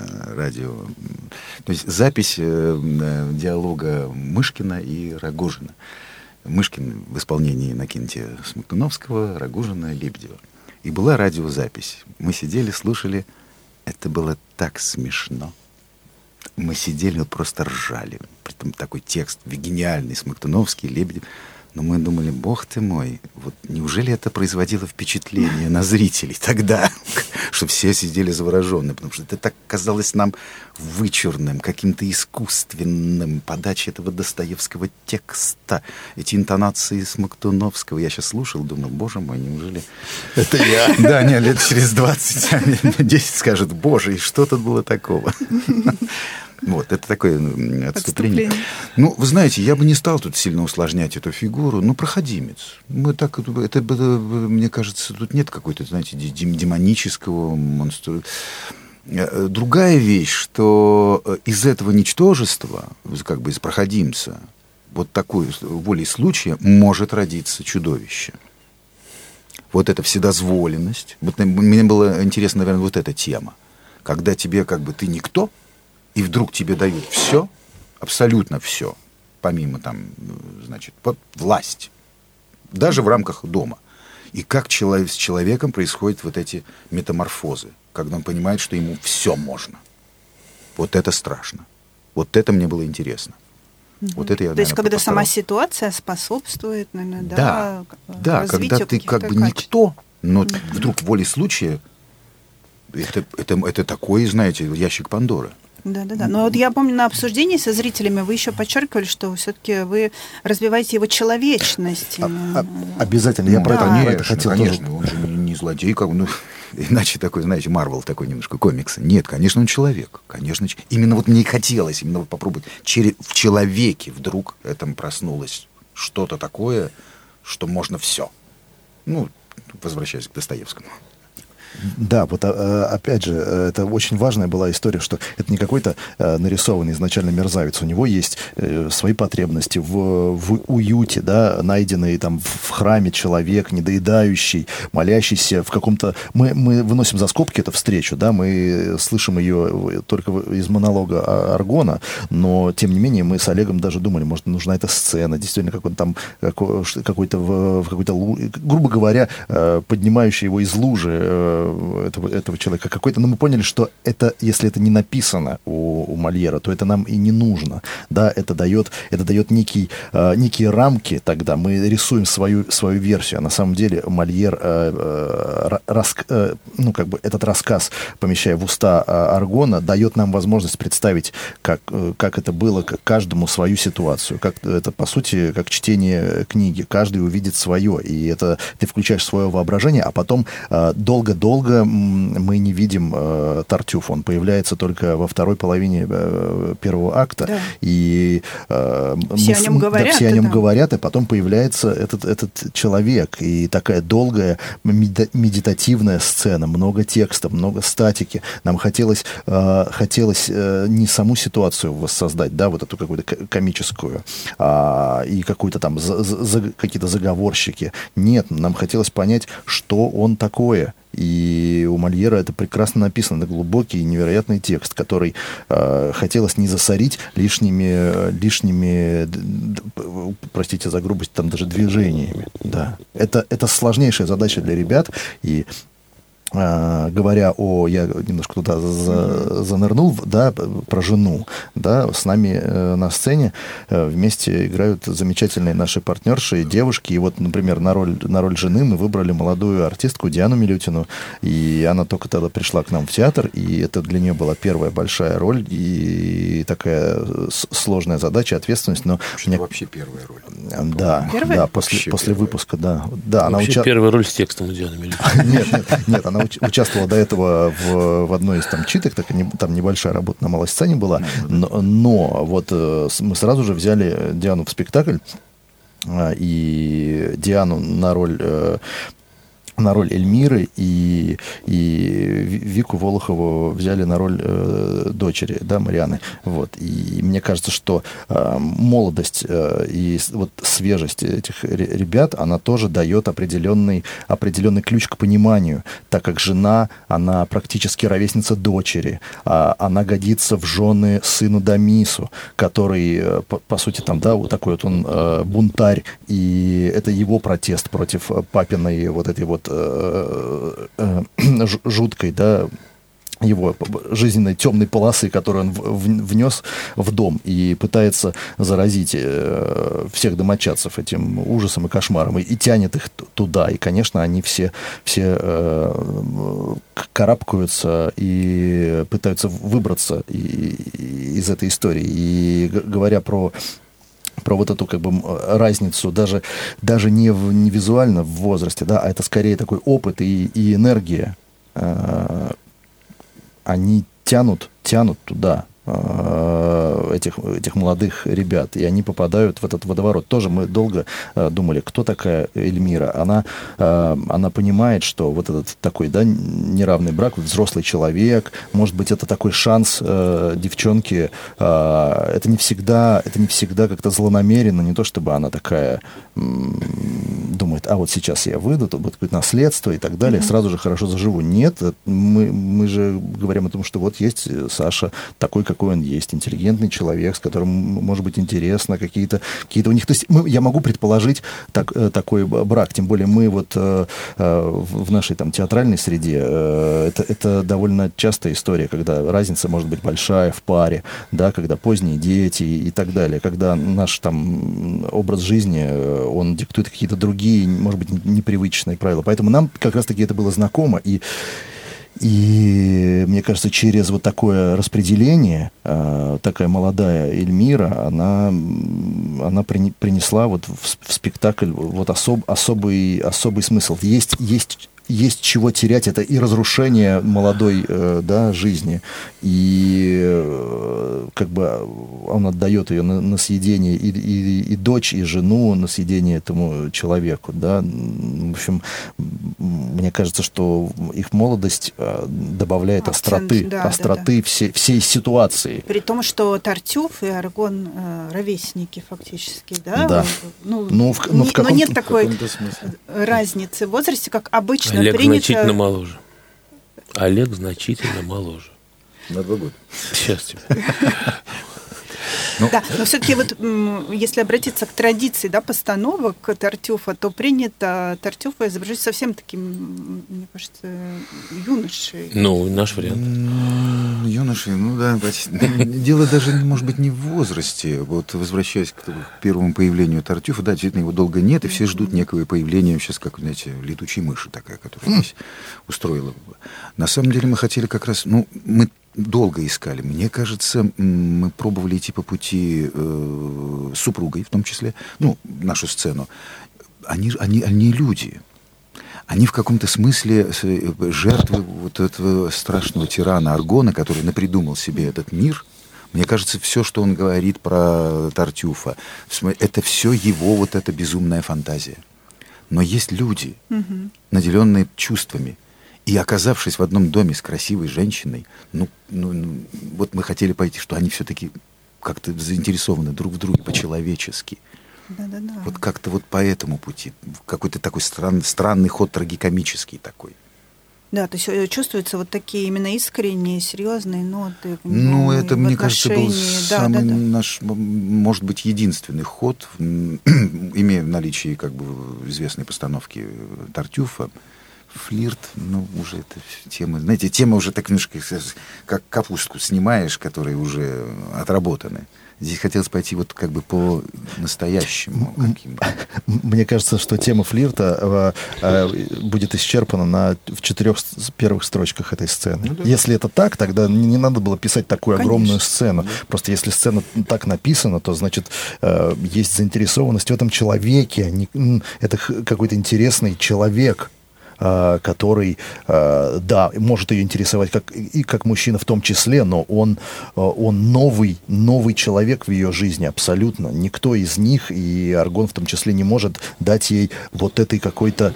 то есть запись диалога Мышкина и Рогожина. Мышкин в исполнении Иннокентия Смоктуновского, Рогожина, Лебедева. И была радиозапись. Мы сидели, слушали. Это было так смешно. Мы сидели, вот просто ржали. Притом такой текст гениальный, Смоктуновский, Лебедев. Но мы думали, бог ты мой, вот неужели это производило впечатление на зрителей тогда, что все сидели завороженные, потому что это так казалось нам вычурным, каким-то искусственным, подача этого Достоевского текста, эти интонации Смоктуновского. Я сейчас слушал, думаю, боже мой, неужели... Это я. Да, нет, лет через 20, 10 скажет, боже, и что тут было такого? Вот, это такое отступление. Ну, вы знаете, я бы не стал тут сильно усложнять эту фигуру. Ну, проходимец. Мы так, это, мне кажется, тут нет какой-то, знаете, демонического монстра. Другая вещь, что из этого ничтожества, как бы из проходимца, вот такой волей случая может родиться чудовище. Вот эта вседозволенность. Вот мне было интересно, наверное, вот эта тема. Когда тебе как бы ты никто, и вдруг тебе дают все, абсолютно все, помимо там, значит, власть, даже в рамках дома. И как с человеком происходят вот эти метаморфозы, когда он понимает, что ему все можно. Вот это страшно. Вот это мне было интересно. Вот это я, то есть, когда сама ситуация способствует, наверное, да, когда ты как бы никто, но вдруг волей случая, это такой, знаете, ящик Пандоры. Да. Но вот я помню, на обсуждении со зрителями вы еще подчеркивали, что все-таки вы развиваете его человечность. Обязательно, я про это хотел конечно, тоже. Он же не злодей, иначе такой, знаете, Марвел такой немножко комикса. Нет, конечно, он человек. Конечно, именно вот мне хотелось именно попробовать в человеке вдруг этом проснулось что-то такое, что можно все. Ну, возвращаясь к Достоевскому. Да, вот опять же, это очень важная была история, что это не какой-то нарисованный изначально мерзавец. У него есть свои потребности в уюте, да, найденный там в храме человек, недоедающий, молящийся в каком-то... Мы выносим за скобки эту встречу, да, мы слышим ее только из монолога Аргона, но, тем не менее, мы с Олегом даже думали, может, нужна эта сцена, действительно, какой-то, грубо говоря, поднимающий его из лужи этого человека какой-то, но мы поняли, что это, если это не написано у Мольера, то это нам и не нужно, да, это дает некие рамки, тогда мы рисуем свою версию, а на самом деле Мольер этот рассказ, помещая в уста Аргона, дает нам возможность представить, как это было, каждому свою ситуацию, как это, по сути, как чтение книги, каждый увидит свое, и это ты включаешь свое воображение, а потом долго мы не видим Тартюф. Он появляется только во второй половине первого акта. Да. И все о нем говорят, и потом появляется этот человек. И такая долгая медитативная сцена, много текста, много статики. Нам хотелось не саму ситуацию воссоздать, да, вот эту какую-то комическую, и какую-то там какие-то заговорщики. Нет, нам хотелось понять, что он такое. И у Мольера это прекрасно написано, это глубокий и невероятный текст, который хотелось не засорить лишними, простите за грубость, там даже движениями. Да. Это сложнейшая задача для ребят, и говоря я немножко туда занырнул, да, про жену, да, с нами на сцене вместе играют замечательные наши партнерши и девушки, и вот, например, на роль жены мы выбрали молодую артистку Диану Милютину, и она только тогда пришла к нам в театр, и это для нее была первая большая роль, и такая сложная задача, ответственность, но... Вообще первая роль. Да, после выпуска, да. Вообще первая роль с текстом у Дианы Милютиной. Нет, она участвовала до этого в одной из там читок, там небольшая работа на малой сцене была, но вот мы сразу же взяли Диану в спектакль, и Диану на роль Эльмиры, и Вику Волохову взяли на роль дочери, да, Марианы. Вот. И мне кажется, что молодость и вот свежесть этих ребят, она тоже дает определенный ключ к пониманию, так как жена, она практически ровесница дочери, она годится в жены сыну Дамису, который, по сути, там, да, вот такой вот он бунтарь, и это его протест против папиной вот этой вот вот жуткой, да, его жизненной темной полосы, которую он внес в дом, и пытается заразить всех домочадцев этим ужасом и кошмаром, и тянет их туда. И, конечно, они все карабкаются и пытаются выбраться из этой истории. И говоря про вот эту как бы разницу, даже не визуально в возрасте, да, а это скорее такой опыт и энергия, они тянут туда этих молодых ребят, и они попадают в этот водоворот. Тоже мы долго думали, кто такая Эльмира. Она понимает, что вот этот такой, да, неравный брак, взрослый человек, может быть, это такой шанс девчонки. Это не всегда как-то злонамеренно, не то чтобы она такая думает, вот сейчас я выйду, то будет какое-то наследство и так далее, сразу же хорошо заживу. Нет, мы же говорим о том, что вот есть Саша такой, какой он есть, интеллигентный человек, с которым может быть интересно, какие-то у них... То есть я могу предположить такой брак, тем более мы вот в нашей там театральной среде, это довольно частая история, когда разница может быть большая в паре, да, когда поздние дети и так далее, когда наш там образ жизни, он диктует какие-то другие, может быть, непривычные правила. Поэтому нам как раз-таки это было знакомо, и мне кажется, через вот такое распределение такая молодая Эльмира, она принесла вот в спектакль вот особый смысл. Есть чего терять, это и разрушение молодой, да, жизни, и как бы он отдает ее на съедение и дочь, и жену на съедение этому человеку, да. В общем, мне кажется, что их молодость добавляет остроты всей ситуации. При том, что Тартюф и Аргон ровесники фактически, да? Да. Но нет такой разницы в возрасте, как обычно. Олег значительно моложе. Олег значительно моложе. На 2 года. Сейчас тебе. Да, но все-таки вот если обратиться к традиции, да, постановок Тартюфа, то принято Тартюфа изображать совсем таким, мне кажется, юношей. Наш вариант. Юношей, да. Дело даже, может быть, не в возрасте. Вот возвращаясь к первому появлению Тартюфа, да, действительно, его долго нет, и все ждут некого появления, сейчас, как, знаете, летучей мыши такая, которая здесь устроила. На самом деле мы хотели как раз, мы долго искали. Мне кажется, мы пробовали идти по пути с супругой, в том числе, нашу сцену. Они люди. Они в каком-то смысле жертвы вот этого страшного тирана Аргона, который напридумал себе этот мир. Мне кажется, все, что он говорит про Тартюфа, это все его вот эта безумная фантазия. Но есть люди, наделенные чувствами, и оказавшись в одном доме с красивой женщиной, вот мы хотели пойти, что они все-таки как-то заинтересованы друг в друге по-человечески. Да-да-да. Вот как-то вот по этому пути. Какой-то такой странный ход трагикомический такой. Да, то есть чувствуются вот такие именно искренние, серьезные ноты. Это, мне кажется, был самый наш, может быть, единственный ход, имея в наличии как бы известной постановки Тартюфа. Флирт, уже это тема, знаете, тема уже так немножко, как капустку снимаешь, которые уже отработаны. Здесь хотелось пойти вот как бы по настоящему. Мне кажется, что тема флирта будет исчерпана в 4 первых строчках этой сцены. Если это так, тогда не надо было писать такую огромную сцену. Просто если сцена так написана, то, значит, есть заинтересованность в этом человеке. Это какой-то интересный человек, который, да, может ее интересовать как мужчина в том числе, но он новый человек в ее жизни абсолютно. Никто из них, и Аргон в том числе, не может дать ей вот этой какой-то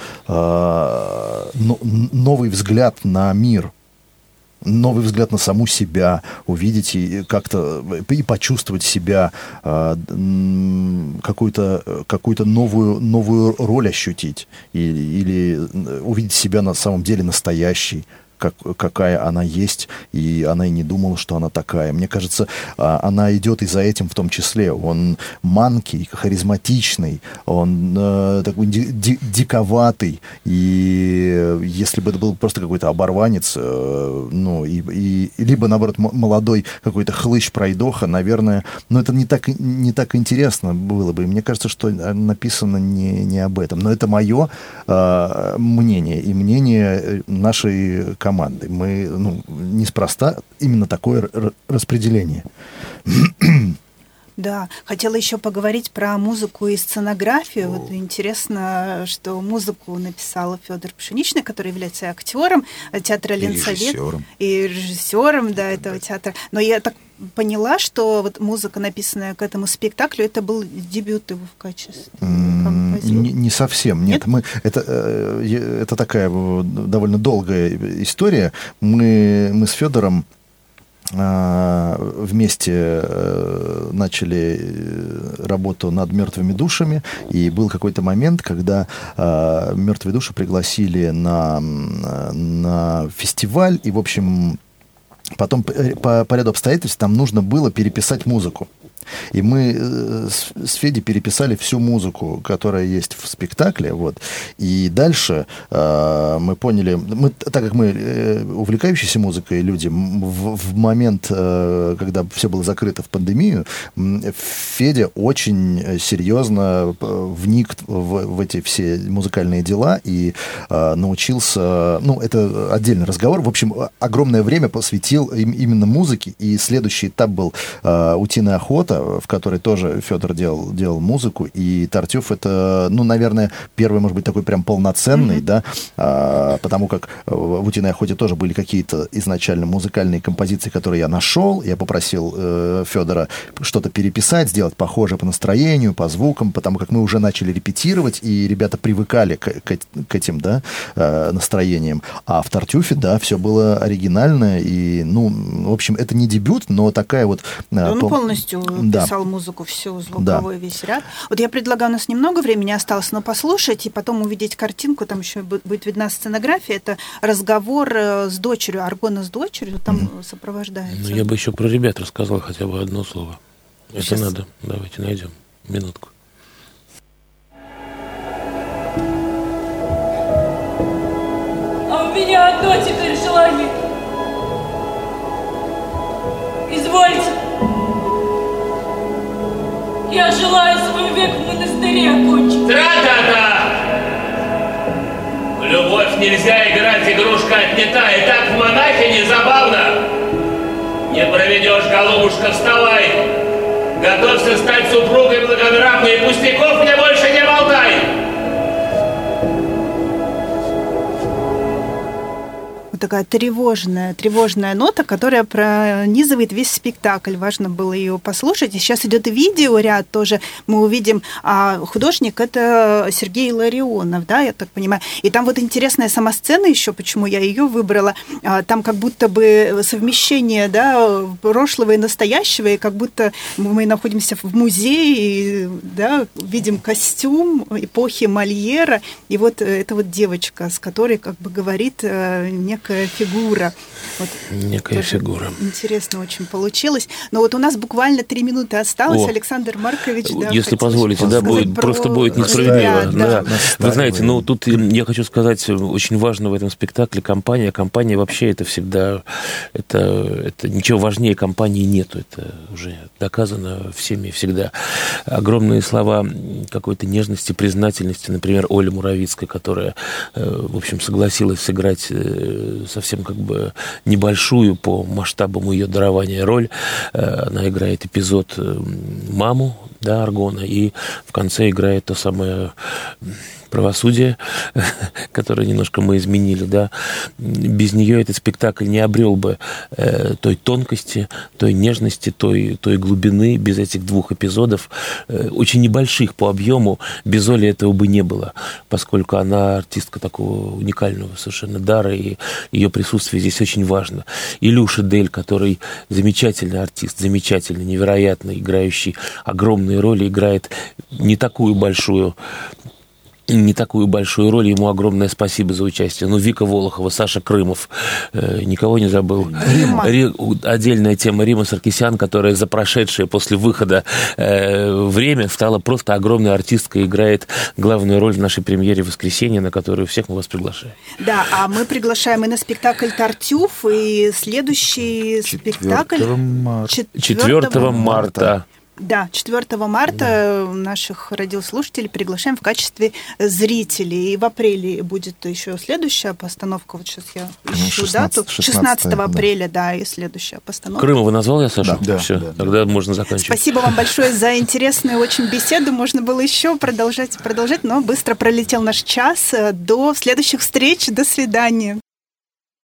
новый взгляд на мир, новый взгляд на саму себя, увидеть и как-то и почувствовать себя, какую-то новую роль ощутить или увидеть себя на самом деле настоящей. какая она есть, и она и не думала, что она такая. Мне кажется, она идет и за этим в том числе. Он манкий, харизматичный, он такой диковатый, и если бы это был просто какой-то оборванец, ну, либо, наоборот, молодой какой-то хлыщ-пройдоха, наверное, но это не так интересно было бы. И мне кажется, что написано не об этом. Но это мое мнение и мнение нашей команды. Мы, ну, неспроста именно такое распределение. Да, хотела еще поговорить про музыку и сценографию. Вот интересно, что музыку написал Федор Пшеничный, который является актером театра Ленсовет и режиссером, да, этого театра. Но я так поняла, что вот музыка, написанная к этому спектаклю, это был дебют его в качестве композитора. Не совсем, нет. Это такая довольно долгая история. Мы с Федором вместе начали работу над «Мертвыми душами», и был какой-то момент, когда «Мертвые души» пригласили на фестиваль, и, в общем, потом по ряду обстоятельств там нужно было переписать музыку. И мы с Федей переписали всю музыку, которая есть в спектакле. Вот. И дальше мы поняли, так как мы увлекающиеся музыкой люди, в момент, когда все было закрыто в пандемию, Федя очень серьезно вник в эти все музыкальные дела и научился... Ну, это отдельный разговор. В общем, огромное время посвятил именно музыке. И следующий этап был «Утиная охота», в которой тоже Федор делал музыку, и Тартюф — это, ну, наверное, первый, может быть, такой прям полноценный, да, потому как в «Утиной охоте» тоже были какие-то изначально музыкальные композиции, которые я нашел, я попросил Федора что-то переписать, сделать похожее по настроению, по звукам, потому как мы уже начали репетировать, и ребята привыкали к этим, да, настроениям, а в Тартюфе, да, все было оригинально, и, ну, в общем, это не дебют, но такая вот... Он полностью... писал музыку, всю, звуковой весь ряд. Вот я предлагаю, у нас немного времени осталось, но послушать и потом увидеть картинку, там еще будет видна сценография, это разговор с дочерью, Аргона с дочерью, там сопровождается. Ну, я бы еще про ребят рассказал хотя бы одно слово. Это надо. Давайте найдем. Минутку. А у меня одно теперь желание. Извольте. Я желаю свой век в монастыре окончить. Тра-та-та! Любовь нельзя играть, игрушка отнята. И так в монахине забавно. Не проведешь, голубушка, вставай. Готовься стать супругой благонравной, и пустяков мне больше не болтай. Такая тревожная нота, которая пронизывает весь спектакль. Важно было ее послушать. И сейчас идет видеоряд тоже. Мы увидим, художник — это Сергей Ларионов, да, я так понимаю. И там вот интересная сама сцена еще, почему я ее выбрала. Там как будто бы совмещение, да, прошлого и настоящего, и как будто мы находимся в музее, да, видим костюм эпохи Мольера, и вот эта вот девочка, с которой как бы говорит некая фигура. Вот, некая фигура. Интересно очень получилось. Но вот у нас буквально 3 минуты осталось. Александр Маркович, да, если позволите, да, просто будет несправедливо. Да. Вы знаете, ну тут я хочу сказать, очень важно в этом спектакле компания. Компания вообще это всегда, это ничего важнее компании нету. Это уже доказано всеми всегда. Огромные слова какой-то нежности, признательности, например, Оля Муравицкая, которая, в общем, согласилась сыграть совсем как бы небольшую по масштабам ее дарования роль. Она играет эпизод маму, да, Аргона, и в конце играет то самое правосудие, которое немножко мы изменили, да. Без нее этот спектакль не обрел бы той тонкости, той нежности, той глубины, без этих 2 эпизодов, очень небольших по объему, без Оли этого бы не было, поскольку она артистка такого уникального совершенно дара, и ее присутствие здесь очень важно. Илюша Дель, который замечательный артист, замечательный, невероятно играющий огромные роли, играет не такую большую не такую большую роль. Ему огромное спасибо за участие. Ну, Вика Волохова, Саша Крымов, никого не забыл. Отдельная тема Рима Саркисян, которая за прошедшее после выхода время стала просто огромной артисткой, играет главную роль в нашей премьере в воскресенье, на которую всех мы вас приглашаем. Да, а мы приглашаем и на спектакль «Тартюф», и следующий спектакль 4 марта. Да, 4 марта наших радиослушателей приглашаем в качестве зрителей. И в апреле будет еще следующая постановка. Вот сейчас я ищу дату. 16 апреля, да, и следующая постановка. Крымова назвал я, Саша? Да. Все, да. тогда можно заканчивать. Спасибо вам большое за интересную очень беседу. Можно было еще продолжать, но быстро пролетел наш час. До следующих встреч. До свидания.